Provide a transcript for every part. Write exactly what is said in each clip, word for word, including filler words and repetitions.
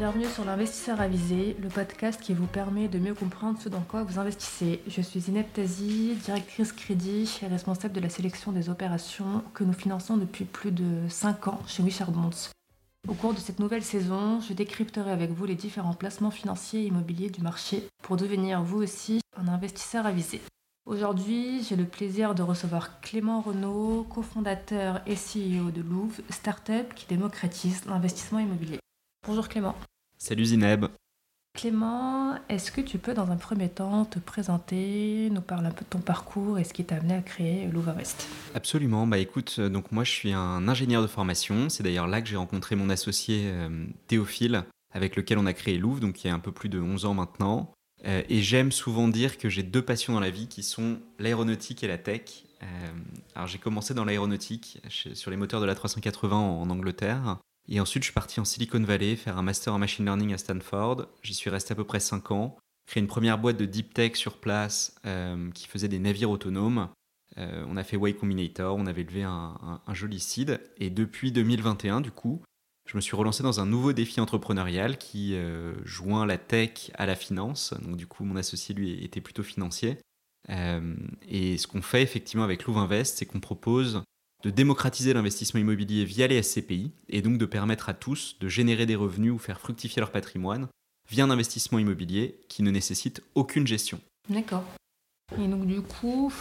Bienvenue sur l'Investisseur Avisé, le podcast qui vous permet de mieux comprendre ce dans quoi vous investissez. Je suis Zineb Tazi, directrice crédit et responsable de la sélection des opérations que nous finançons depuis plus de cinq ans chez WeShareBonds. Au cours de cette nouvelle saison, je décrypterai avec vous les différents placements financiers et immobiliers du marché pour devenir vous aussi un investisseur avisé. Aujourd'hui, j'ai le plaisir de recevoir Clément Renaud, cofondateur et C E O de Louvre, start-up qui démocratise l'investissement immobilier. Bonjour Clément. Salut Zineb. Clément, est-ce que tu peux dans un premier temps te présenter, nous parler un peu de ton parcours et ce qui t'a amené à créer Louvre Invest ? Absolument, bah écoute, donc moi je suis un ingénieur de formation, c'est d'ailleurs là que j'ai rencontré mon associé euh, Théophile, avec lequel on a créé Louvre, donc il y a un peu plus de onze ans maintenant. Euh, et j'aime souvent dire que j'ai deux passions dans la vie qui sont l'aéronautique et la tech. Euh, alors j'ai commencé dans l'aéronautique, sur les moteurs de l'A trois cent quatre-vingts en, en Angleterre. Et ensuite, je suis parti en Silicon Valley faire un master en machine learning à Stanford. J'y suis resté à peu près cinq ans. Créé une première boîte de deep tech sur place euh, qui faisait des navires autonomes. Euh, on a fait Y Combinator, on avait levé un, un, un joli seed. Et depuis deux mille vingt et un, du coup, je me suis relancé dans un nouveau défi entrepreneurial qui euh, joint la tech à la finance. Donc du coup, mon associé, lui, était plutôt financier. Euh, et ce qu'on fait effectivement avec Louvre Invest, c'est qu'on propose de démocratiser l'investissement immobilier via les S C P I et donc de permettre à tous de générer des revenus ou faire fructifier leur patrimoine via un investissement immobilier qui ne nécessite aucune gestion. D'accord. Et donc du coup,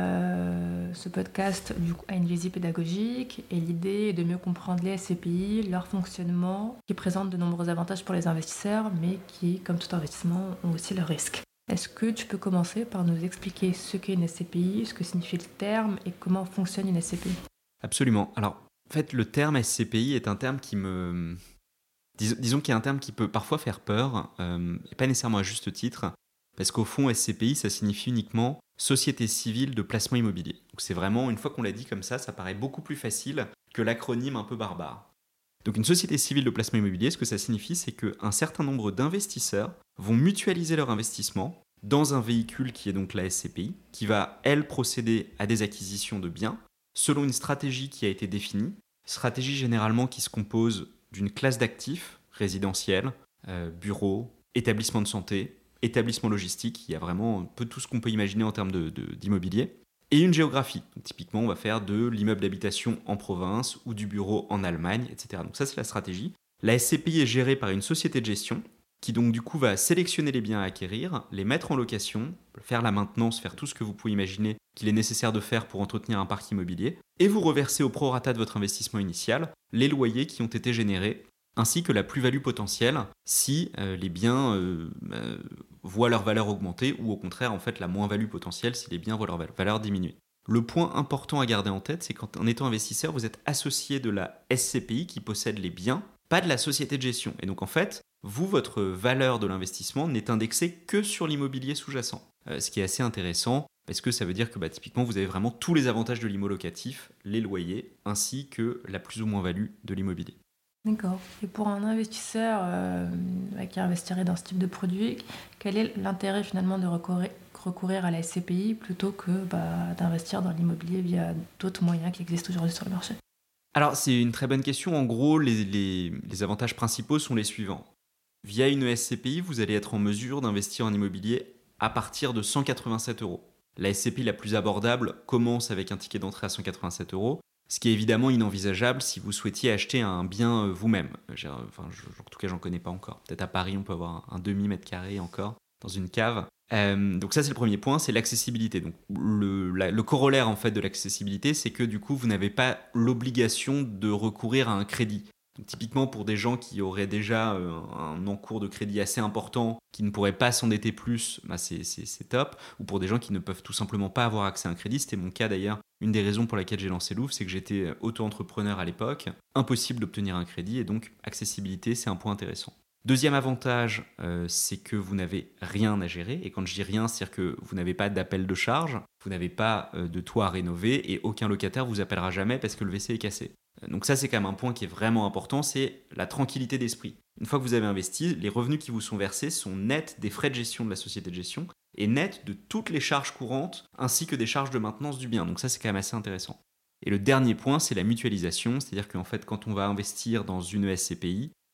euh, ce podcast du coup, a une visée pédagogique et l'idée est de mieux comprendre les S C P I, leur fonctionnement, qui présentent de nombreux avantages pour les investisseurs, mais qui, comme tout investissement, ont aussi leurs risques. Est-ce que tu peux commencer par nous expliquer ce qu'est une S C P I, ce que signifie le terme et comment fonctionne une S C P I ? Absolument. Alors, en fait, le terme S C P I est un terme qui me... Dis- disons qu'il y a un terme qui peut parfois faire peur, euh, et pas nécessairement à juste titre, parce qu'au fond, S C P I, ça signifie uniquement Société civile de placement immobilier. Donc c'est vraiment, une fois qu'on l'a dit comme ça, ça paraît beaucoup plus facile que l'acronyme un peu barbare. Donc une société civile de placement immobilier, ce que ça signifie, c'est qu'un certain nombre d'investisseurs vont mutualiser leur investissement dans un véhicule qui est donc la S C P I, qui va, elle, procéder à des acquisitions de biens, selon une stratégie qui a été définie, stratégie généralement qui se compose d'une classe d'actifs résidentiels, euh, bureaux, établissements de santé, établissements logistiques, il y a vraiment un peu tout ce qu'on peut imaginer en termes de, de, d'immobilier, et une géographie. Donc, typiquement, on va faire de l'immeuble d'habitation en province ou du bureau en Allemagne, et cetera. Donc ça, c'est la stratégie. La S C P I est gérée par une société de gestion qui donc du coup va sélectionner les biens à acquérir, les mettre en location, faire la maintenance, faire tout ce que vous pouvez imaginer qu'il est nécessaire de faire pour entretenir un parc immobilier, et vous reverser au prorata de votre investissement initial les loyers qui ont été générés, ainsi que la plus-value potentielle si euh, les biens euh, euh, voient leur valeur augmenter, ou au contraire en fait la moins-value potentielle si les biens voient leur valeur diminuer. Le point important à garder en tête, c'est qu'en étant investisseur, vous êtes associé de la S C P I qui possède les biens, pas de la société de gestion. Et donc en fait, vous, votre valeur de l'investissement n'est indexée que sur l'immobilier sous-jacent. Euh, ce qui est assez intéressant, parce que ça veut dire que bah, typiquement, vous avez vraiment tous les avantages de l'immo locatif, les loyers, ainsi que la plus ou moins-value de l'immobilier. D'accord. Et pour un investisseur euh, qui investirait dans ce type de produit, quel est l'intérêt finalement de recourir, recourir à la S C P I plutôt que bah, d'investir dans l'immobilier via d'autres moyens qui existent aujourd'hui sur le marché ? Alors, c'est une très bonne question. En gros, les, les, les avantages principaux sont les suivants. Via une S C P I, vous allez être en mesure d'investir en immobilier à partir de cent quatre-vingt-sept euros. La S C P I la plus abordable commence avec un ticket d'entrée à cent quatre-vingt-sept euros, ce qui est évidemment inenvisageable si vous souhaitiez acheter un bien vous-même. J'ai, enfin, je, en tout cas, j'en connais pas encore. Peut-être à Paris, on peut avoir un, un demi-mètre carré encore dans une cave. Euh, donc ça, c'est le premier point, c'est l'accessibilité. Donc le, la, le corollaire en fait de l'accessibilité, c'est que du coup, vous n'avez pas l'obligation de recourir à un crédit. Donc, typiquement pour des gens qui auraient déjà euh, un encours de crédit assez important, qui ne pourraient pas s'endetter plus, bah c'est, c'est, c'est top. Ou pour des gens qui ne peuvent tout simplement pas avoir accès à un crédit, c'était mon cas d'ailleurs. Une des raisons pour laquelle j'ai lancé Louvre, c'est que j'étais auto-entrepreneur à l'époque, impossible d'obtenir un crédit, et donc accessibilité, c'est un point intéressant. Deuxième avantage, euh, c'est que vous n'avez rien à gérer. Et quand je dis rien, c'est-à-dire que vous n'avez pas d'appel de charge, vous n'avez pas euh, de toit à rénover et aucun locataire vous appellera jamais parce que le W C est cassé. Donc ça, c'est quand même un point qui est vraiment important, c'est la tranquillité d'esprit. Une fois que vous avez investi, les revenus qui vous sont versés sont nets des frais de gestion de la société de gestion et nets de toutes les charges courantes ainsi que des charges de maintenance du bien. Donc ça, c'est quand même assez intéressant. Et le dernier point, c'est la mutualisation, c'est-à-dire qu'en fait, quand on va investir dans une S C P I,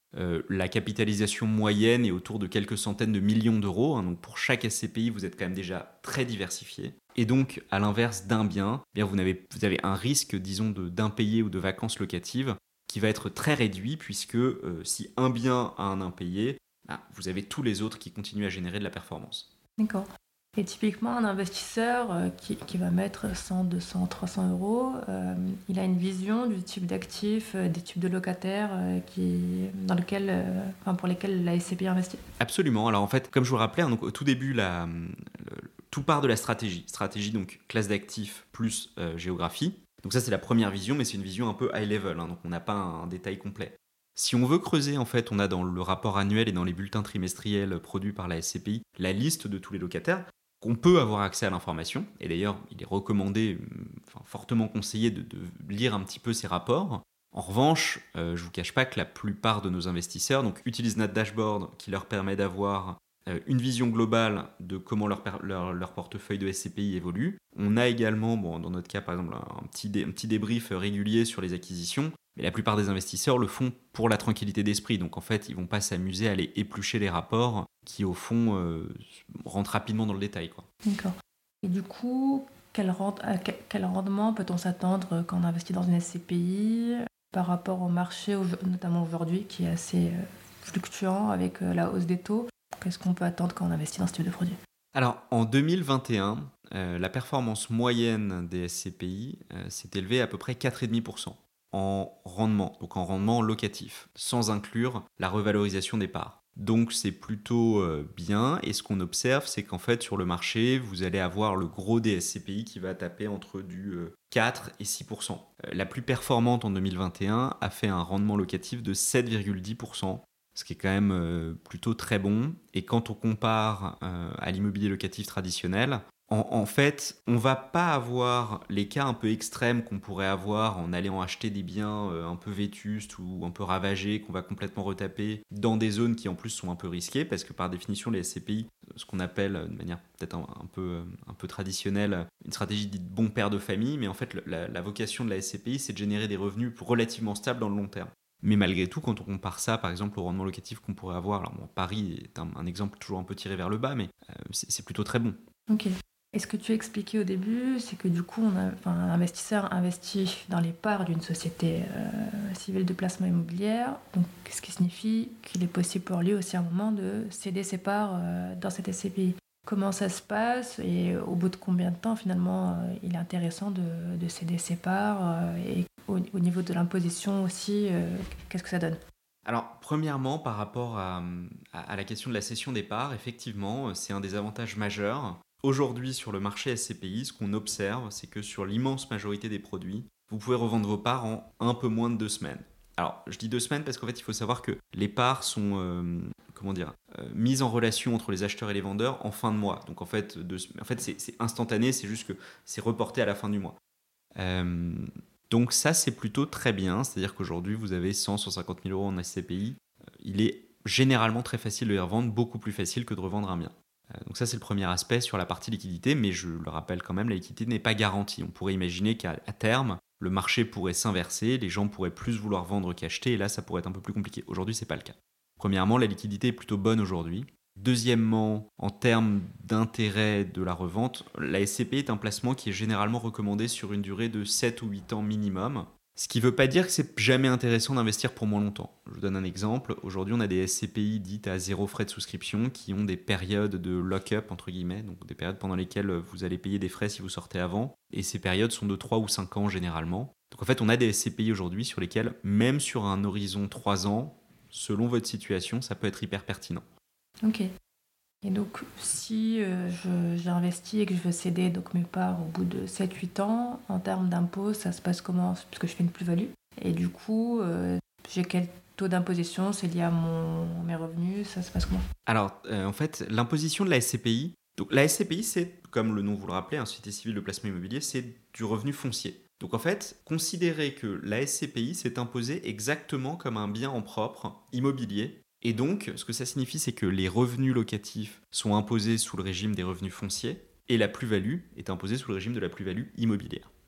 Euh, la capitalisation moyenne est autour de quelques centaines de millions d'euros. Hein, donc pour chaque S C P I, vous êtes quand même déjà très diversifié. Et donc, à l'inverse d'un bien, eh bien vous, avez, vous avez un risque, disons, de, d'impayé ou de vacances locatives qui va être très réduit, puisque euh, si un bien a un impayé, bah, vous avez tous les autres qui continuent à générer de la performance. D'accord. Et typiquement, un investisseur euh, qui, qui va mettre cent, deux cents, trois cents euros, euh, il a une vision du type d'actifs, euh, des types de locataires euh, qui, dans lequel, euh, enfin, pour lesquels la S C P I investit. Absolument. Alors en fait, comme je vous le rappelais, hein, donc, au tout début, la, le, tout part de la stratégie. Stratégie, donc classe d'actifs plus euh, géographie. Donc ça, c'est la première vision, mais c'est une vision un peu high level, hein, donc on n'a pas un, un détail complet. Si on veut creuser, en fait, on a dans le rapport annuel et dans les bulletins trimestriels produits par la S C P I la liste de tous les locataires. On peut avoir accès à l'information, et d'ailleurs il est recommandé, enfin, fortement conseillé de, de lire un petit peu ces rapports. En revanche, euh, je ne vous cache pas que la plupart de nos investisseurs donc, utilisent notre dashboard qui leur permet d'avoir euh, une vision globale de comment leur, leur, leur portefeuille de S C P I évolue. On a également, bon, dans notre cas par exemple, un petit, dé, un petit débrief régulier sur les acquisitions, mais la plupart des investisseurs le font pour la tranquillité d'esprit. Donc en fait, ils ne vont pas s'amuser à aller éplucher les rapports qui, au fond, euh, rentrent rapidement dans le détail, quoi. D'accord. Et du coup, quel, rend, quel rendement peut-on s'attendre quand on investit dans une S C P I par rapport au marché, notamment aujourd'hui, qui est assez fluctuant avec la hausse des taux? Qu'est-ce qu'on peut attendre quand on investit dans ce type de produit? Alors, en deux mille vingt et un, euh, la performance moyenne des S C P I euh, s'est élevée à à peu près quatre virgule cinq pour cent en rendement, donc en rendement locatif, sans inclure la revalorisation des parts. Donc c'est plutôt euh, bien, et ce qu'on observe, c'est qu'en fait sur le marché, vous allez avoir le gros des S C P I qui va taper entre du euh, quatre et six pour cent. Euh, la plus performante en deux mille vingt et un a fait un rendement locatif de sept virgule dix pour cent, ce qui est quand même euh, plutôt très bon. Et quand on compare euh, à l'immobilier locatif traditionnel, En, en fait, on ne va pas avoir les cas un peu extrêmes qu'on pourrait avoir en allant acheter des biens euh, un peu vétustes ou un peu ravagés, qu'on va complètement retaper dans des zones qui en plus sont un peu risquées, parce que par définition, les S C P I, ce qu'on appelle de manière peut-être un, un, peu, un peu traditionnelle, une stratégie dite bon père de famille, mais en fait, la, la vocation de la S C P I, c'est de générer des revenus relativement stables dans le long terme. Mais malgré tout, quand on compare ça, par exemple, au rendement locatif qu'on pourrait avoir, alors bon, Paris est un, un exemple toujours un peu tiré vers le bas, mais euh, c'est, c'est plutôt très bon. Ok. Et ce que tu expliquais au début, c'est que du coup, on a, enfin, un investisseur investit dans les parts d'une société euh, civile de placement immobilière, donc ce qui signifie qu'il est possible pour lui aussi à un moment de céder ses parts euh, dans cette S C P I. Comment ça se passe et au bout de combien de temps finalement euh, il est intéressant de, de céder ses parts euh, et au, au niveau de l'imposition aussi, euh, qu'est-ce que ça donne? Alors, premièrement, par rapport à, à, à la question de la cession des parts, effectivement, c'est un des avantages majeurs. Aujourd'hui, sur le marché S C P I, ce qu'on observe, c'est que sur l'immense majorité des produits, vous pouvez revendre vos parts en un peu moins de deux semaines. Alors, je dis deux semaines parce qu'en fait, il faut savoir que les parts sont euh, comment dire, euh, mises en relation entre les acheteurs et les vendeurs en fin de mois. Donc, en fait, de, en fait c'est, c'est instantané, c'est juste que c'est reporté à la fin du mois. Euh, donc, ça, c'est plutôt très bien. C'est-à-dire qu'aujourd'hui, vous avez cent, cent cinquante mille euros en S C P I. Il est généralement très facile de les revendre, beaucoup plus facile que de revendre un bien. Donc ça, c'est le premier aspect sur la partie liquidité, mais je le rappelle quand même, la liquidité n'est pas garantie. On pourrait imaginer qu'à terme, le marché pourrait s'inverser, les gens pourraient plus vouloir vendre qu'acheter, et là, ça pourrait être un peu plus compliqué. Aujourd'hui, ce n'est pas le cas. Premièrement, la liquidité est plutôt bonne aujourd'hui. Deuxièmement, en termes d'intérêt de la revente, la S C P I est un placement qui est généralement recommandé sur une durée de sept ou huit ans minimum. Ce qui ne veut pas dire que c'est jamais intéressant d'investir pour moins longtemps. Je vous donne un exemple. Aujourd'hui, on a des S C P I dites à zéro frais de souscription qui ont des périodes de lock-up, entre guillemets, donc des périodes pendant lesquelles vous allez payer des frais si vous sortez avant. Et ces périodes sont de trois ou cinq ans généralement. Donc en fait, on a des S C P I aujourd'hui sur lesquels, même sur un horizon trois ans, selon votre situation, ça peut être hyper pertinent. Ok. Et donc, si euh, je, j'ai investi et que je veux céder donc, mes parts au bout de sept huit ans, en termes d'impôt, ça se passe comment? Parce que je fais une plus-value. Et du coup, euh, j'ai quel taux d'imposition? C'est lié à mon, mes revenus? Ça se passe comment? Alors, euh, en fait, l'imposition de la S C P I, donc la S C P I, c'est, comme le nom vous le rappelez, un société civile de placement immobilier, c'est du revenu foncier. Donc en fait, considérez que la S C P I s'est imposée exactement comme un bien en propre immobilier. Et donc, ce que ça signifie, c'est que les revenus locatifs sont imposés sous le régime des revenus fonciers et la plus-value est imposée sous le régime de la plus-value immobilière.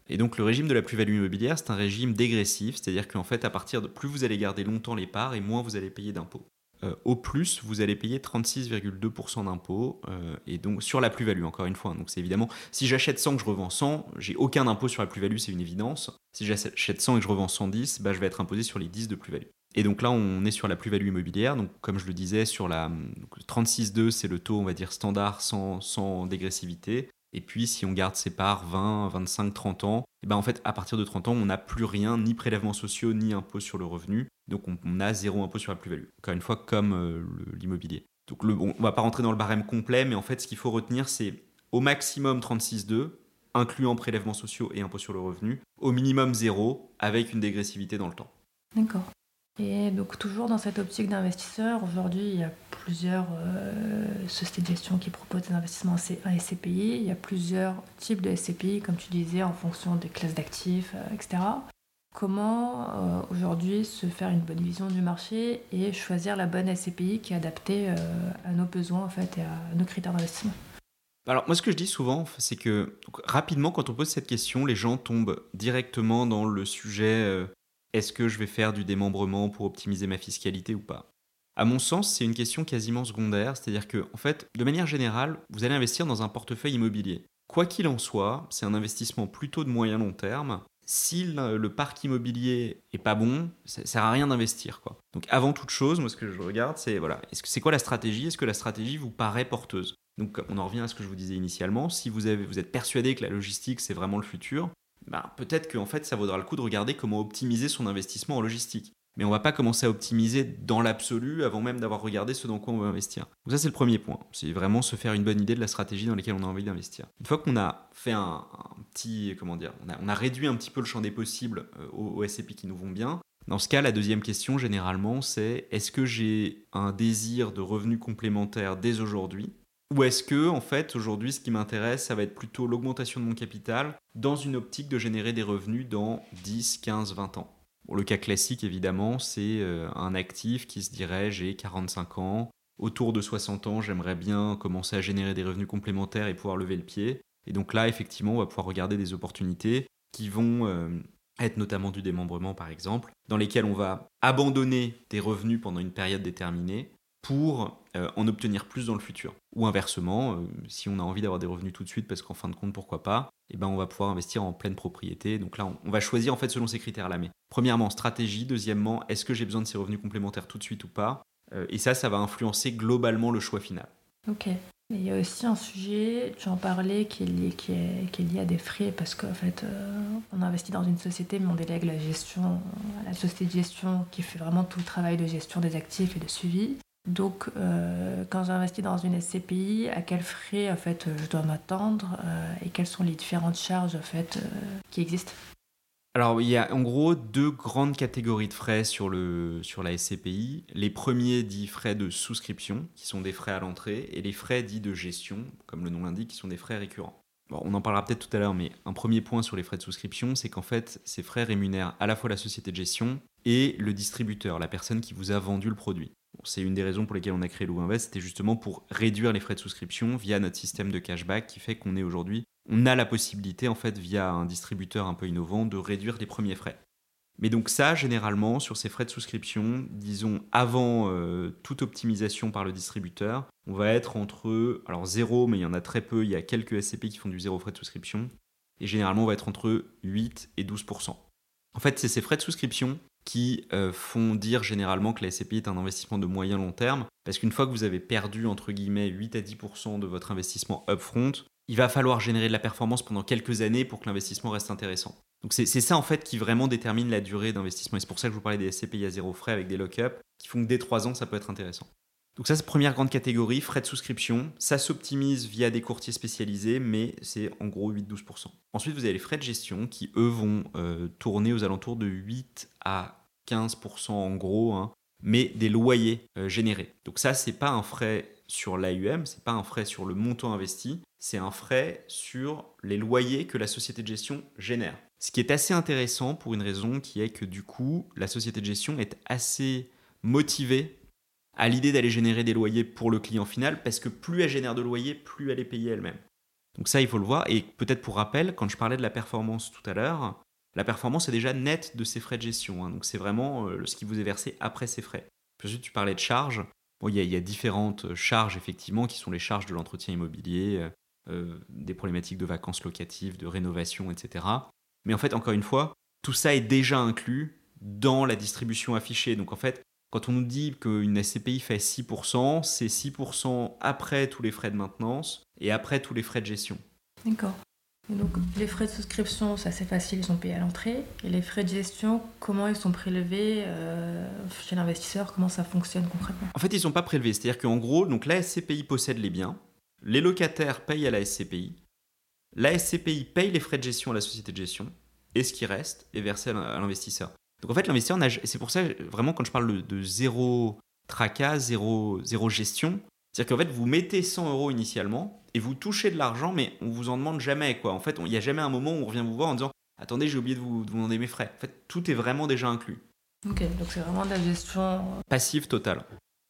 Et donc le régime de la plus-value immobilière, c'est un régime dégressif, c'est-à-dire qu'en fait, à partir de plus vous allez garder longtemps les parts et moins vous allez payer d'impôts. Euh, au plus, vous allez payer trente-six virgule deux pour cent d'impôts, euh, et donc sur la plus-value, encore une fois. Donc c'est évidemment, si j'achète cent que je revends cent, j'ai aucun impôt sur la plus-value, c'est une évidence. Si j'achète cent et que je revends cent dix, bah, je vais être imposé sur les dix de plus-value. Et donc là, on est sur la plus-value immobilière. Donc comme je le disais, sur la trente-six virgule deux, c'est le taux, on va dire, standard sans, sans dégressivité. Et puis, si on garde ses parts vingt, vingt-cinq, trente ans, et ben en fait, à partir de trente ans, on n'a plus rien, ni prélèvements sociaux, ni impôts sur le revenu. Donc, on, on a zéro impôt sur la plus-value. Encore une fois, comme euh, le, l'immobilier. Donc, le, on ne va pas rentrer dans le barème complet, mais en fait, ce qu'il faut retenir, c'est au maximum trente-six virgule deux, incluant prélèvements sociaux et impôts sur le revenu, au minimum zéro, avec une dégressivité dans le temps. D'accord. Et donc toujours dans cette optique d'investisseur, aujourd'hui il y a plusieurs euh, sociétés de gestion qui proposent des investissements en S C P I, il y a plusieurs types de S C P I, comme tu disais, en fonction des classes d'actifs, euh, et cetera. Comment euh, aujourd'hui se faire une bonne vision du marché et choisir la bonne S C P I qui est adaptée euh, à nos besoins en fait, et à nos critères d'investissement? Alors moi ce que je dis souvent, c'est que donc, rapidement quand on pose cette question, les gens tombent directement dans le sujet euh, est-ce que je vais faire du démembrement pour optimiser ma fiscalité ou pas? À mon sens, c'est une question quasiment secondaire, c'est-à-dire que en fait, de manière générale, vous allez investir dans un portefeuille immobilier. Quoi qu'il en soit, c'est un investissement plutôt de moyen long terme. Si le, le parc immobilier est pas bon, ça sert à rien d'investir, quoi. Donc avant toute chose, moi ce que je regarde, c'est voilà, est-ce que c'est quoi la stratégie? Est-ce que la stratégie vous paraît porteuse? Donc on en revient à ce que je vous disais initialement. Si vous, avez, vous êtes persuadé que la logistique c'est vraiment le futur, bah, peut-être qu'en fait ça vaudra le coup de regarder comment optimiser son investissement en logistique. Mais on ne va pas commencer à optimiser dans l'absolu avant même d'avoir regardé ce dans quoi on veut investir. Donc ça c'est le premier point, c'est vraiment se faire une bonne idée de la stratégie dans laquelle on a envie d'investir. Une fois qu'on a fait un, un petit, comment dire, on a, on a réduit un petit peu le champ des possibles euh, aux, aux S C P qui nous vont bien, dans ce cas la deuxième question généralement c'est est-ce que j'ai un désir de revenus complémentaires dès aujourd'hui? Ou est-ce que, en fait, aujourd'hui, ce qui m'intéresse, ça va être plutôt l'augmentation de mon capital dans une optique de générer des revenus dans dix, quinze, vingt ans? Bon, le cas classique, évidemment, c'est euh, un actif qui se dirait j'ai quarante-cinq ans, autour de soixante ans, j'aimerais bien commencer à générer des revenus complémentaires et pouvoir lever le pied. Et donc là, effectivement, on va pouvoir regarder des opportunités qui vont euh, être notamment du démembrement, par exemple, dans lesquelles on va abandonner des revenus pendant une période déterminée pour euh, en obtenir plus dans le futur. Ou inversement, euh, si on a envie d'avoir des revenus tout de suite, parce qu'en fin de compte, pourquoi pas, eh ben, on va pouvoir investir en pleine propriété. Donc là, on, on va choisir en fait selon ces critères-là. Mais premièrement, stratégie. Deuxièmement, est-ce que j'ai besoin de ces revenus complémentaires tout de suite ou pas? euh, Et ça, ça va influencer globalement le choix final. Ok. Et il y a aussi un sujet, tu en parlais, qui est lié, qui est, qui est lié à des frais, parce qu'en fait, euh, on investit dans une société, mais on délègue la gestion à la société de gestion qui fait vraiment tout le travail de gestion des actifs et de suivi. Donc, euh, quand j'investis dans une S C P I, à quels frais en fait, je dois m'attendre euh, et quelles sont les différentes charges en fait, euh, qui existent? Alors, il y a en gros deux grandes catégories de frais sur, le, sur la S C P I. Les premiers dits frais de souscription, qui sont des frais à l'entrée, et les frais dits de gestion, comme le nom l'indique, qui sont des frais récurrents. Bon, on en parlera peut-être tout à l'heure, mais un premier point sur les frais de souscription, c'est qu'en fait, ces frais rémunèrent à la fois la société de gestion et le distributeur, la personne qui vous a vendu le produit. Bon, c'est une des raisons pour lesquelles on a créé Louvainvest, c'était justement pour réduire les frais de souscription via notre système de cashback qui fait qu'on est aujourd'hui, on a la possibilité en fait via un distributeur un peu innovant de réduire les premiers frais. Mais donc ça, généralement, sur ces frais de souscription, disons avant euh, toute optimisation par le distributeur, on va être entre, alors zéro, mais il y en a très peu, il y a quelques S C P qui font du zéro frais de souscription, et généralement on va être entre huit et douze pour cent. En fait, c'est ces frais de souscription qui euh, font dire généralement que la S C P I est un investissement de moyen long terme, parce qu'une fois que vous avez perdu entre guillemets huit à dix pour cent de votre investissement upfront, il va falloir générer de la performance pendant quelques années pour que l'investissement reste intéressant. Donc c'est, c'est ça en fait qui vraiment détermine la durée d'investissement, et c'est pour ça que je vous parlais des S C P I à zéro frais avec des lock-up, qui font que dès trois ans ça peut être intéressant. Donc ça c'est la première grande catégorie, frais de souscription, ça s'optimise via des courtiers spécialisés, mais c'est en gros huit à douze pour cent. Ensuite vous avez les frais de gestion qui eux vont euh, tourner aux alentours de huit à quinze pour cent en gros, hein, mais des loyers euh, générés. Donc ça c'est pas un frais sur l'A U M, c'est pas un frais sur le montant investi, c'est un frais sur les loyers que la société de gestion génère. Ce qui est assez intéressant pour une raison qui est que du coup la société de gestion est assez motivée à l'idée d'aller générer des loyers pour le client final, parce que plus elle génère de loyers, plus elle est payée elle-même. Donc ça, il faut le voir. Et peut-être pour rappel, quand je parlais de la performance tout à l'heure, la performance est déjà nette de ces frais de gestion. Hein. Donc c'est vraiment euh, ce qui vous est versé après ces frais. Puis ensuite, tu parlais de charges. Bon, il y a, il y a différentes charges, effectivement, qui sont les charges de l'entretien immobilier, euh, des problématiques de vacances locatives, de rénovation, et cetera. Mais en fait, encore une fois, tout ça est déjà inclus dans la distribution affichée. Donc en fait, quand on nous dit qu'une S C P I fait six pour cent, c'est six pour cent après tous les frais de maintenance et après tous les frais de gestion. D'accord. Et donc les frais de souscription, ça c'est facile, ils sont payés à l'entrée. Et les frais de gestion, comment ils sont prélevés euh, chez l'investisseur, comment ça fonctionne concrètement? En fait, ils ne sont pas prélevés. C'est-à-dire qu'en gros, donc la S C P I possède les biens, les locataires payent à la S C P I, la S C P I paye les frais de gestion à la société de gestion, et ce qui reste est versé à l'investisseur. Donc en fait, l'investisseur, n'a- c'est pour ça, vraiment, quand je parle de, de zéro tracas, zéro, zéro gestion, c'est-à-dire qu'en fait, vous mettez cent euros initialement, et vous touchez de l'argent, mais on vous en demande jamais, quoi. En fait, il n'y a jamais un moment où on revient vous voir en disant « Attendez, j'ai oublié de vous, de vous demander mes frais ». En fait, tout est vraiment déjà inclus. Ok, donc c'est vraiment de la gestion. Passive totale.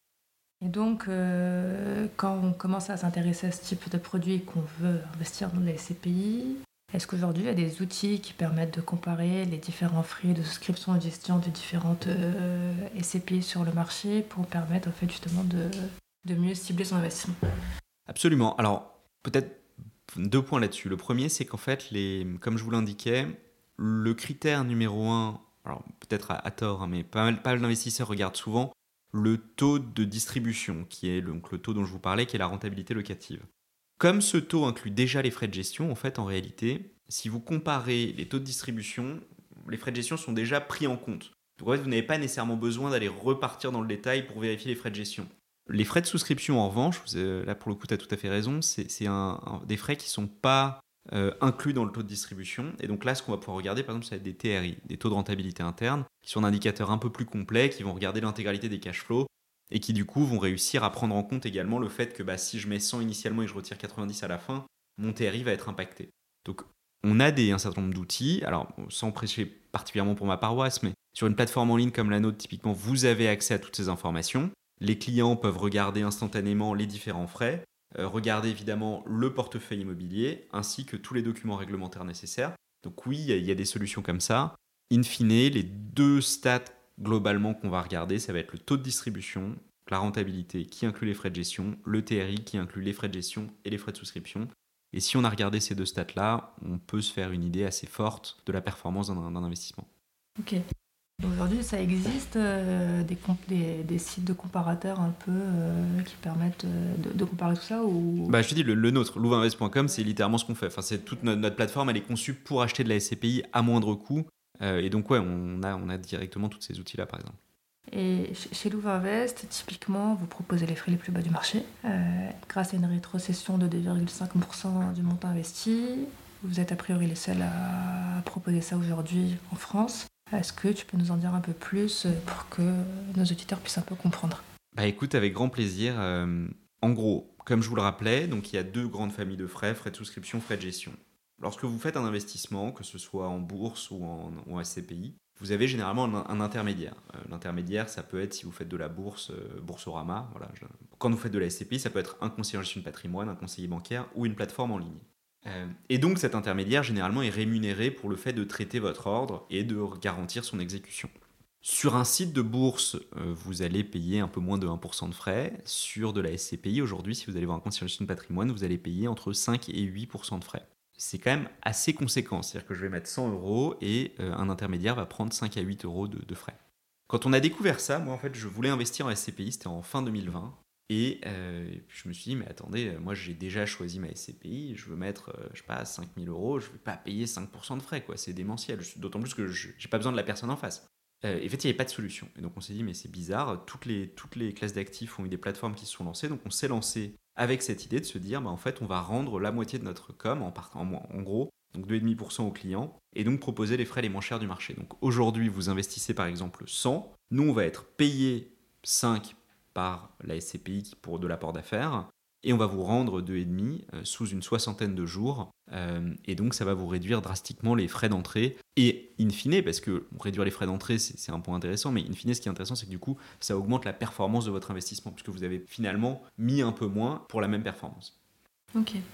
Et donc, euh, quand on commence à s'intéresser à ce type de produit et qu'on veut investir dans les S C P I, est-ce qu'aujourd'hui il y a des outils qui permettent de comparer les différents frais de souscription et de gestion de différentes euh, S C P I sur le marché pour permettre en fait, justement de, de mieux cibler son investissement? Absolument. Alors, peut-être deux points là-dessus. Le premier, c'est qu'en fait, les, comme je vous l'indiquais, le critère numéro un, alors peut-être à, à tort, hein, mais pas mal, pas mal d'investisseurs regardent souvent le taux de distribution, qui est le, donc le taux dont je vous parlais, qui est la rentabilité locative. Comme ce taux inclut déjà les frais de gestion, en fait, en réalité, si vous comparez les taux de distribution, les frais de gestion sont déjà pris en compte. Donc en fait, vous n'avez pas nécessairement besoin d'aller repartir dans le détail pour vérifier les frais de gestion. Les frais de souscription, en revanche, vous avez- là pour le coup, tu as tout à fait raison, c'est, c'est un, un- des frais qui ne sont pas euh, inclus dans le taux de distribution. Et donc là, ce qu'on va pouvoir regarder, par exemple, ça va être des T R I, des taux de rentabilité interne, qui sont un indicateur un peu plus complet, qui vont regarder l'intégralité des cash flows et qui du coup vont réussir à prendre en compte également le fait que bah, si je mets cent initialement et que je retire quatre-vingt-dix à la fin, mon T R I va être impacté. Donc on a des, un certain nombre d'outils, alors sans prêcher particulièrement pour ma paroisse, mais sur une plateforme en ligne comme la nôtre, typiquement, vous avez accès à toutes ces informations. Les clients peuvent regarder instantanément les différents frais, euh, regarder évidemment le portefeuille immobilier, ainsi que tous les documents réglementaires nécessaires. Donc oui, il y, a- il y a des solutions comme ça. In fine, les deux stats globalement qu'on va regarder, ça va être le taux de distribution, la rentabilité qui inclut les frais de gestion, le T R I qui inclut les frais de gestion et les frais de souscription. Et si on a regardé ces deux stats-là, on peut se faire une idée assez forte de la performance d'un, d'un investissement. Ok. Aujourd'hui, ça existe euh, des, comp- des, des sites de comparateurs un peu euh, qui permettent euh, de, de comparer tout ça ou... Bah, je te dis, le, le nôtre, louvainvest point com, c'est littéralement ce qu'on fait. Enfin, c'est toute notre, notre plateforme, elle est conçue pour acheter de la S C P I à moindre coût. Euh, et donc, ouais, on a, on a directement tous ces outils-là, par exemple. Et ch- chez Louvainvest, typiquement, vous proposez les frais les plus bas du marché. Euh, grâce à une rétrocession de deux virgule cinq pour cent du montant investi, vous êtes a priori les seuls à proposer ça aujourd'hui en France. Est-ce que tu peux nous en dire un peu plus pour que nos auditeurs puissent un peu comprendre? Bah, écoute, avec grand plaisir. Euh, en gros, comme je vous le rappelais, donc il y a deux grandes familles de frais, frais de souscription, frais de gestion. Lorsque vous faites un investissement, que ce soit en bourse ou en, ou en S C P I, vous avez généralement un, un intermédiaire. Euh, l'intermédiaire, ça peut être si vous faites de la bourse, euh, Boursorama. Voilà, je- Quand vous faites de la S C P I, ça peut être un conseiller en gestion de patrimoine, un conseiller bancaire ou une plateforme en ligne. Euh, et donc cet intermédiaire, généralement, est rémunéré pour le fait de traiter votre ordre et de garantir son exécution. Sur un site de bourse, euh, vous allez payer un peu moins de un pour cent de frais. Sur de la S C P I, aujourd'hui, si vous allez voir un conseiller en gestion de patrimoine, vous allez payer entre cinq et huit pour cent de frais. C'est quand même assez conséquent. C'est-à-dire que je vais mettre cent euros et euh, un intermédiaire va prendre cinq à huit euros de, de frais. Quand on a découvert ça, moi en fait, je voulais investir en S C P I, c'était en fin deux mille vingt. Et euh, je me suis dit, mais attendez, moi j'ai déjà choisi ma S C P I, je veux mettre, euh, je sais pas, cinq mille euros, je ne vais pas payer cinq pour cent de frais, quoi. C'est démentiel. D'autant plus que je n'ai pas besoin de la personne en face. Euh, et en fait, il n'y avait pas de solution. Et donc on s'est dit, mais c'est bizarre, toutes les, toutes les classes d'actifs ont eu des plateformes qui se sont lancées, donc on s'est lancé avec cette idée de se dire, bah, en fait, on va rendre la moitié de notre com, en, part- en, en gros, donc deux virgule cinq pour cent aux clients, et donc proposer les frais les moins chers du marché. Donc aujourd'hui, vous investissez par exemple cent, nous on va être payé cinq par la S C P I pour de l'apport d'affaires, et on va vous rendre deux virgule cinq euh, sous une soixantaine de jours, euh, et donc ça va vous réduire drastiquement les frais d'entrée, et in fine, parce que bon, réduire les frais d'entrée c'est, c'est un point intéressant, mais in fine ce qui est intéressant c'est que du coup ça augmente la performance de votre investissement, puisque vous avez finalement mis un peu moins pour la même performance. Ok.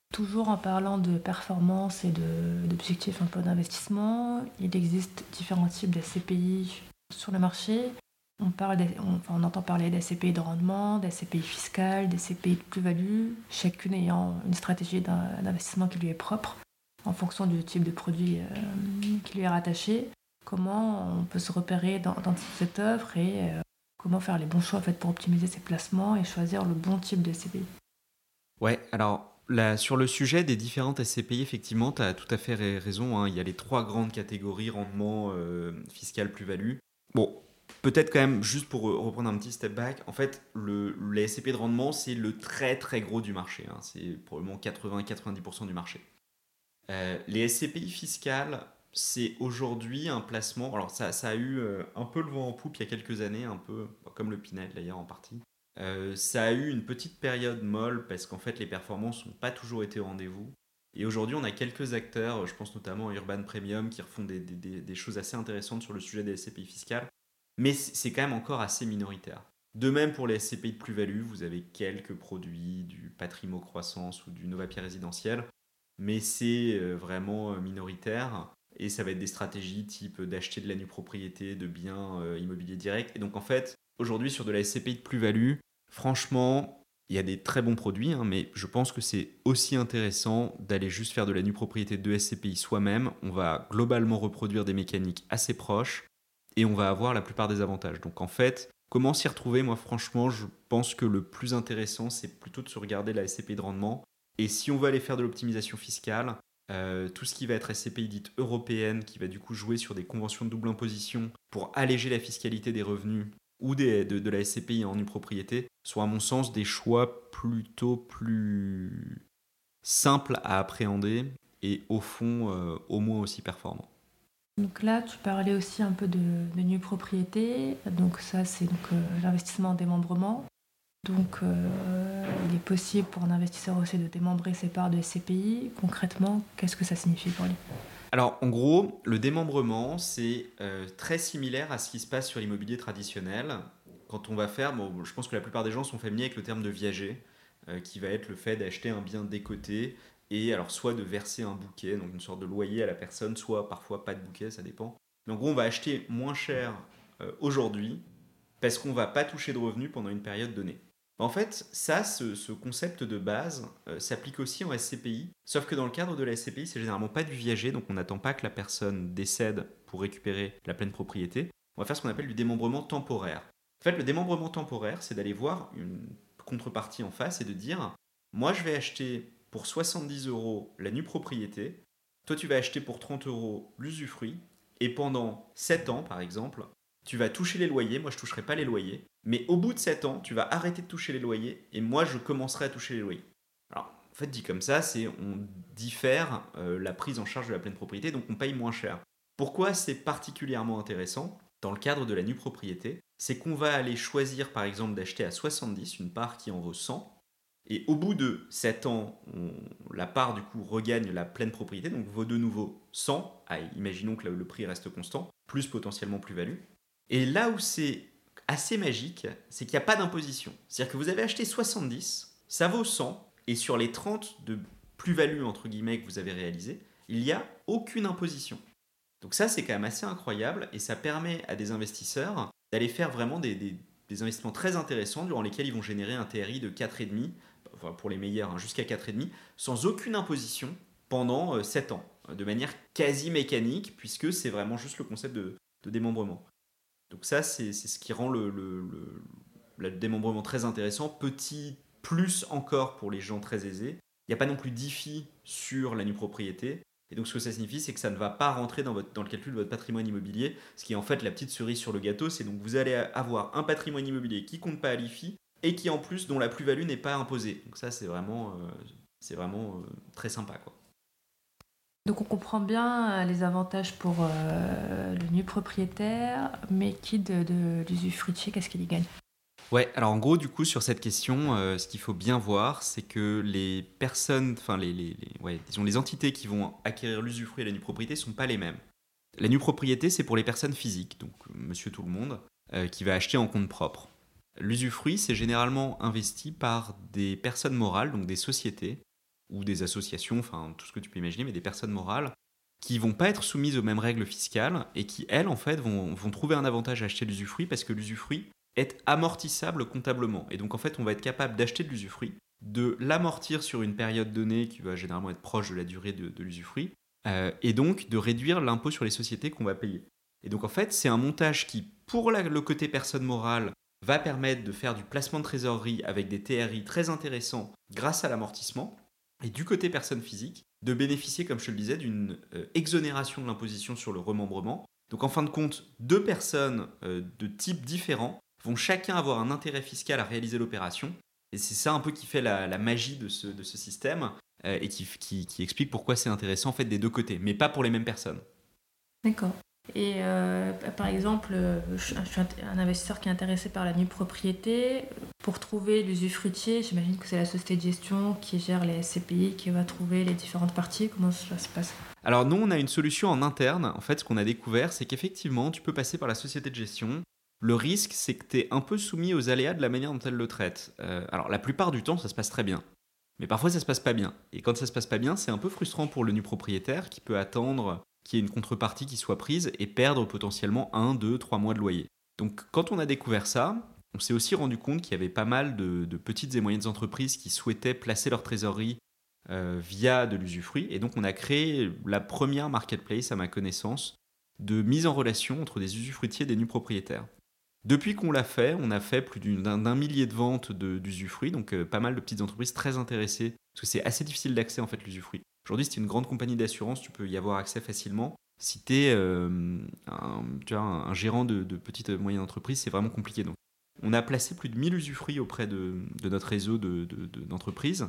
Toujours en parlant de performance et de, d'objectifs un peu d'investissement, il existe différents types de S C P I sur le marché. On, parle des- on, enfin, on entend parler des S C P I de rendement, des S C P I fiscales, des S C P I de plus-value, chacune ayant une stratégie d'in- d'investissement qui lui est propre en fonction du type de produit euh, qui lui est rattaché. Comment on peut se repérer dans, dans cette offre et euh, comment faire les bons choix en fait, pour optimiser ses placements et choisir le bon type de S C P I. Ouais, alors là, sur le sujet des différentes S C P I, effectivement, tu as tout à fait ra- raison, hein. Il y a les trois grandes catégories, rendement, euh, fiscal, plus-value. Bon, peut-être quand même, juste pour euh, reprendre un petit step back, en fait, le, les S C P I de rendement, c'est le très très gros du marché, hein. C'est probablement quatre-vingts à quatre-vingt-dix pour cent du marché. Euh, les S C P I fiscales, c'est aujourd'hui un placement. Alors, ça, ça a eu euh, un peu le vent en poupe il y a quelques années, un peu comme le Pinel d'ailleurs en partie. Euh, ça a eu une petite période molle parce qu'en fait, les performances n'ont pas toujours été au rendez-vous. Et aujourd'hui, on a quelques acteurs, je pense notamment à Urban Premium, qui refont des, des- des- des choses assez intéressantes sur le sujet des S C P I fiscales. Mais c'est c'est quand même encore assez minoritaire. De même pour les S C P I de plus-value, vous avez quelques produits du Patrimo Croissance ou du Novapia résidentiel, mais c'est euh, vraiment euh, minoritaire. Et ça va être des stratégies type d'acheter de la nue propriété, de biens euh, immobiliers directs. Et donc en fait, aujourd'hui sur de la S C P I de plus-value, franchement, il y a des très bons produits, hein, mais je pense que c'est aussi intéressant d'aller juste faire de la nue propriété de S C P I soi-même. On va globalement reproduire des mécaniques assez proches et on va avoir la plupart des avantages. Donc en fait, comment s'y retrouver? Moi franchement, je pense que le plus intéressant, c'est plutôt de se regarder la S C P I de rendement. Et si on veut aller faire de l'optimisation fiscale, euh, tout ce qui va être S C P I dite européenne, qui va du coup jouer sur des conventions de double imposition pour alléger la fiscalité des revenus ou des, de, de la S C P I en nue propriété, sont à mon sens des choix plutôt plus simples à appréhender et au fond euh, au moins aussi performants. Donc là, tu parlais aussi un peu de, de nue propriété. Donc ça, c'est donc euh, l'investissement en démembrement. Donc euh, il est possible pour un investisseur aussi de démembrer ses parts de S C P I. Concrètement, qu'est-ce que ça signifie pour lui? Alors en gros, le démembrement, c'est euh, très similaire à ce qui se passe sur l'immobilier traditionnel. Quand on va faire, bon, je pense que la plupart des gens sont familiers avec le terme de viager, euh, qui va être le fait d'acheter un bien décoté et alors soit de verser un bouquet, donc une sorte de loyer à la personne, soit parfois pas de bouquet, ça dépend. Mais en gros, on va acheter moins cher euh, aujourd'hui parce qu'on va pas toucher de revenus pendant une période donnée. En fait, ça, ce, ce concept de base euh, s'applique aussi en S C P I, sauf que dans le cadre de la S C P I, c'est généralement pas du viager, donc on n'attend pas que la personne décède pour récupérer la pleine propriété. On va faire ce qu'on appelle du démembrement temporaire. En fait, le démembrement temporaire, c'est d'aller voir une contrepartie en face et de dire, moi je vais acheter pour soixante-dix euros la nue propriété, toi tu vas acheter pour trente euros l'usufruit, et pendant sept ans par exemple, tu vas toucher les loyers, moi je toucherai pas les loyers, mais au bout de sept ans, tu vas arrêter de toucher les loyers et moi je commencerai à toucher les loyers. Alors, en fait, dit comme ça, c'est on diffère euh, la prise en charge de la pleine propriété, donc on paye moins cher. Pourquoi c'est particulièrement intéressant dans le cadre de la nue propriété? C'est qu'on va aller choisir par exemple d'acheter à soixante-dix une part qui en vaut cent, et au bout de sept ans, on- la part du coup regagne la pleine propriété, donc vaut de nouveau cent, ah, imaginons que le le prix reste constant, plus potentiellement plus-value. Et là où c'est assez magique, c'est qu'il n'y a pas d'imposition. C'est-à-dire que vous avez acheté soixante-dix, ça vaut cent, et sur les trente de plus-value entre guillemets que vous avez réalisé, il n'y a aucune imposition. Donc ça, c'est quand même assez incroyable, et ça permet à des investisseurs d'aller faire vraiment des, des- des investissements très intéressants durant lesquels ils vont générer un T R I de quatre virgule cinq, enfin, pour les meilleurs, hein, jusqu'à quatre virgule cinq, sans aucune imposition pendant euh, sept ans, euh, de manière quasi mécanique, puisque c'est vraiment juste le concept de, de démembrement. Donc ça, c'est c'est ce qui rend le, le- le- le démembrement très intéressant. Petit plus encore pour les gens très aisés. Il n'y a pas non plus d'I F I sur la nue propriété. Et donc ce que ça signifie, c'est que ça ne va pas rentrer dans, votre, dans le calcul de votre patrimoine immobilier. Ce qui est en fait la petite cerise sur le gâteau, c'est donc vous allez avoir un patrimoine immobilier qui compte pas à l'I F I et qui en plus dont la plus-value n'est pas imposée. Donc ça, c'est vraiment, euh, c'est vraiment euh, très sympa, quoi. Donc on comprend bien euh, les avantages pour euh, le nu propriétaire, mais qui de, de l'usufruitier, qu'est-ce qu'il y gagne? Ouais, alors en gros, du coup, sur cette question, euh, ce qu'il faut bien voir, c'est que les personnes, enfin, les, les, les- ouais, disons, les entités qui vont acquérir l'usufruit et la nue propriété ne sont pas les mêmes. La nue propriété, c'est pour les personnes physiques, donc euh, monsieur tout le monde, euh, qui va acheter en compte propre. L'usufruit, c'est généralement investi par des personnes morales, donc des sociétés, ou des associations, enfin tout ce que tu peux imaginer, mais des personnes morales qui vont pas être soumises aux mêmes règles fiscales et qui, elles, en fait, vont, vont trouver un avantage à acheter de l'usufruit parce que l'usufruit est amortissable comptablement. Et donc, en fait, on va être capable d'acheter de l'usufruit, de l'amortir sur une période donnée qui va généralement être proche de la durée de, de l'usufruit, euh, et donc de réduire l'impôt sur les sociétés qu'on va payer. Et donc, en fait, c'est un montage qui, pour la, le côté personne morale, va permettre de faire du placement de trésorerie avec des T R I très intéressants grâce à l'amortissement, et du côté personne physique, de bénéficier, comme je te le disais, d'une euh, exonération de l'imposition sur le remembrement. Donc en fin de compte, deux personnes euh, de types différents vont chacun avoir un intérêt fiscal à réaliser l'opération. Et c'est ça un peu qui fait la, la magie de ce, de ce système euh, et qui, qui, qui explique pourquoi c'est intéressant en fait des deux côtés, mais pas pour les mêmes personnes. D'accord. Et euh, par exemple, je, je suis un investisseur qui est intéressé par la nue propriété. Pour trouver l'usufruitier, j'imagine que c'est la société de gestion qui gère les S C P I qui va trouver les différentes parties. Comment ça se passe ? Alors nous, on a une solution en interne. En fait, ce qu'on a découvert, c'est qu'effectivement, tu peux passer par la société de gestion. Le risque, c'est que tu es un peu soumis aux aléas de la manière dont elle le traite. Euh, alors la plupart du temps, ça se passe très bien. Mais parfois, ça se passe pas bien. Et quand ça se passe pas bien, c'est un peu frustrant pour le nu propriétaire qui peut attendre qu'il y ait une contrepartie qui soit prise et perdre potentiellement un, deux, trois mois de loyer. Donc quand on a découvert ça, on s'est aussi rendu compte qu'il y avait pas mal de, de petites et moyennes entreprises qui souhaitaient placer leur trésorerie euh, via de l'usufruit. Et donc on a créé la première marketplace, à ma connaissance, de mise en relation entre des usufruitiers et des nus propriétaires. Depuis qu'on l'a fait, on a fait plus d'un, d'un millier de ventes de, d'usufruit, donc euh, pas mal de petites entreprises très intéressées, parce que c'est assez difficile d'accès en fait l'usufruit. Aujourd'hui, si tu es une grande compagnie d'assurance, tu peux y avoir accès facilement. Si tu es euh, un, tu vois, un, un gérant de, de petite et moyenne entreprise, c'est vraiment compliqué. Donc, on a placé plus de mille usufruits auprès de, de notre réseau de, de, de, d'entreprises.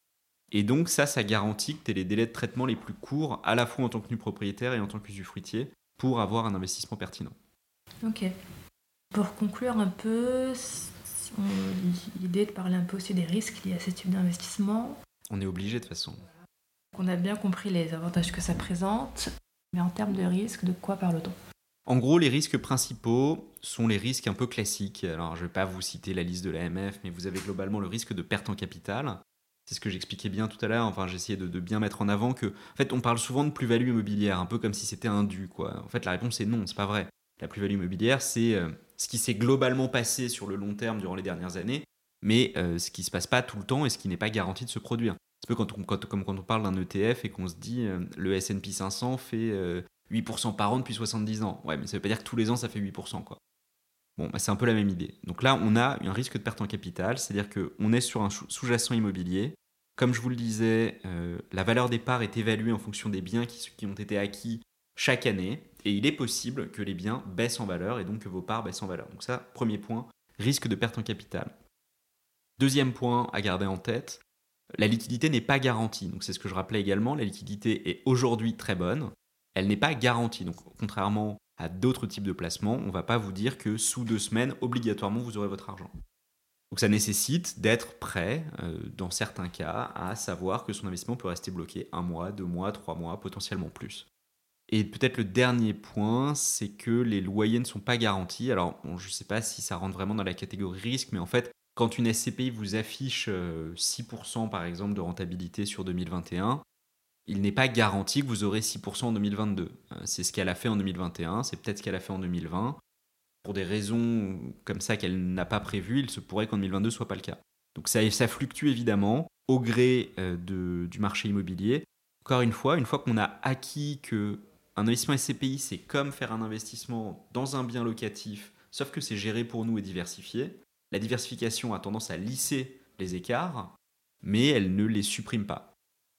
Et donc ça, ça garantit que tu aies les délais de traitement les plus courts, à la fois en tant que nu propriétaire et en tant qu'usufruitier, pour avoir un investissement pertinent. Ok. Pour conclure un peu, on, l'idée est de parler un peu aussi des risques liés à ce type d'investissement. On est obligé de toute façon. On a bien compris les avantages que ça présente, mais en termes de risques, de quoi parle-t-on ? En gros, les risques principaux sont les risques un peu classiques. Alors, je ne vais pas vous citer la liste de l'A M F, mais vous avez globalement le risque de perte en capital. C'est ce que j'expliquais bien tout à l'heure. Enfin, j'essayais de, de bien mettre en avant que, en fait, on parle souvent de plus-value immobilière, un peu comme si c'était un dû, quoi. En fait, la réponse est non, c'est pas vrai. La plus-value immobilière, c'est euh, ce qui s'est globalement passé sur le long terme durant les dernières années, mais euh, ce qui ne se passe pas tout le temps et ce qui n'est pas garanti de se produire. C'est un peu quand on, quand, comme quand on parle d'un E T F et qu'on se dit euh, le S and P cinq cents fait euh, huit pour cent par an depuis soixante-dix ans. Ouais, mais ça ne veut pas dire que tous les ans ça fait huit pour cent, quoi. Bon, bah, c'est un peu la même idée. Donc là, on a un risque de perte en capital, c'est-à-dire qu'on est sur un sous-jacent immobilier. Comme je vous le disais, euh, la valeur des parts est évaluée en fonction des biens qui, qui ont été acquis chaque année, et il est possible que les biens baissent en valeur et donc que vos parts baissent en valeur. Donc ça, premier point, risque de perte en capital. Deuxième point à garder en tête, la liquidité n'est pas garantie. Donc c'est ce que je rappelais également, la liquidité est aujourd'hui très bonne, elle n'est pas garantie. Donc contrairement à d'autres types de placements, on ne va pas vous dire que sous deux semaines, obligatoirement, vous aurez votre argent. Donc ça nécessite d'être prêt, euh, dans certains cas, à savoir que son investissement peut rester bloqué un mois, deux mois, trois mois, potentiellement plus. Et peut-être le dernier point, c'est que les loyers ne sont pas garantis. Alors, bon, je ne sais pas si ça rentre vraiment dans la catégorie risque, mais en fait, quand une S C P I vous affiche six pour cent par exemple de rentabilité sur deux mille vingt et un, il n'est pas garanti que vous aurez six pour cent en deux mille vingt-deux. C'est ce qu'elle a fait en deux mille vingt et un, c'est peut-être ce qu'elle a fait en deux mille vingt. Pour des raisons comme ça qu'elle n'a pas prévues, il se pourrait qu'en deux mille vingt-deux ne soit pas le cas. Donc ça, ça fluctue évidemment au gré euh, de, du marché immobilier. Encore une fois, une fois qu'on a acquis que un investissement S C P I, c'est comme faire un investissement dans un bien locatif, sauf que c'est géré pour nous et diversifié. La diversification a tendance à lisser les écarts, mais elle ne les supprime pas.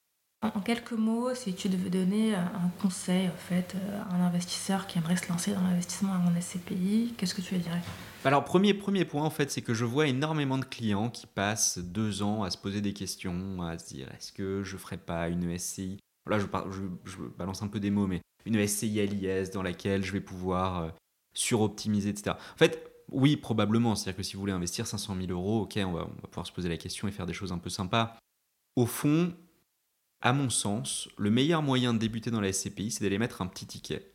En quelques mots, si tu devais donner un conseil en fait, à un investisseur qui aimerait se lancer dans l'investissement en S C P I, qu'est-ce que tu lui dirais ? Alors, premier, premier point, en fait, c'est que je vois énormément de clients qui passent deux ans à se poser des questions, à se dire est-ce que je ne ferais pas une S C I ? Là, je, par, je, je balance un peu des mots, mais une S C I L I S dans laquelle je vais pouvoir euh, suroptimiser, et cetera. En fait, oui, probablement. C'est-à-dire que si vous voulez investir cinq cent mille euros, ok, on va, on va pouvoir se poser la question et faire des choses un peu sympas. Au fond, à mon sens, le meilleur moyen de débuter dans la S C P I, c'est d'aller mettre un petit ticket.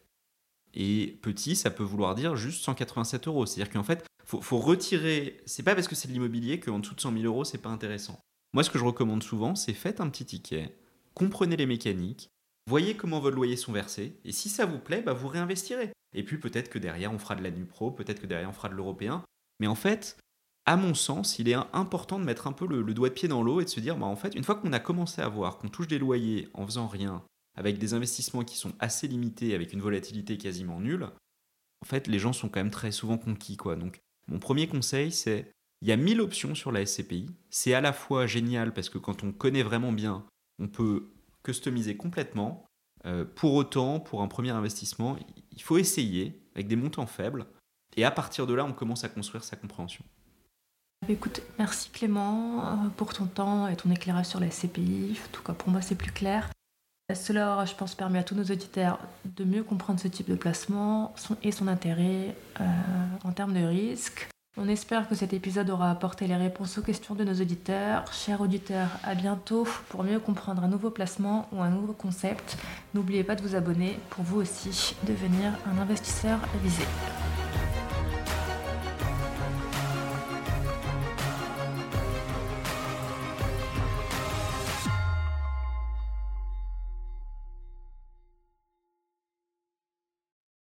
Et petit, ça peut vouloir dire juste cent quatre-vingt-sept euros. C'est-à-dire qu'en fait, il faut, faut retirer... C'est pas parce que c'est de l'immobilier qu'en dessous de cent mille euros, c'est pas intéressant. Moi, ce que je recommande souvent, c'est faites un petit ticket, comprenez les mécaniques, voyez comment vos loyers sont versés, et si ça vous plaît, bah, vous réinvestirez. Et puis peut-être que derrière, on fera de la Nupro, peut-être que derrière, on fera de l'européen. Mais en fait, à mon sens, il est important de mettre un peu le, le doigt de pied dans l'eau et de se dire, bah, en fait, une fois qu'on a commencé à voir qu'on touche des loyers en faisant rien, avec des investissements qui sont assez limités, avec une volatilité quasiment nulle, en fait, les gens sont quand même très souvent conquis, quoi. Donc, mon premier conseil, c'est il y a mille options sur la S C P I. C'est à la fois génial parce que quand on connaît vraiment bien, on peut customiser complètement. Euh, pour autant, pour un premier investissement, il faut essayer avec des montants faibles. Et à partir de là, on commence à construire sa compréhension. Écoute, merci Clément euh, pour ton temps et ton éclairage sur la S C P I. En tout cas, pour moi, c'est plus clair. Cela aura, je pense, permis à tous nos auditeurs de mieux comprendre ce type de placement son, et son intérêt euh, en termes de risque. On espère que cet épisode aura apporté les réponses aux questions de nos auditeurs. Chers auditeurs, à bientôt pour mieux comprendre un nouveau placement ou un nouveau concept. N'oubliez pas de vous abonner pour vous aussi devenir un investisseur avisé.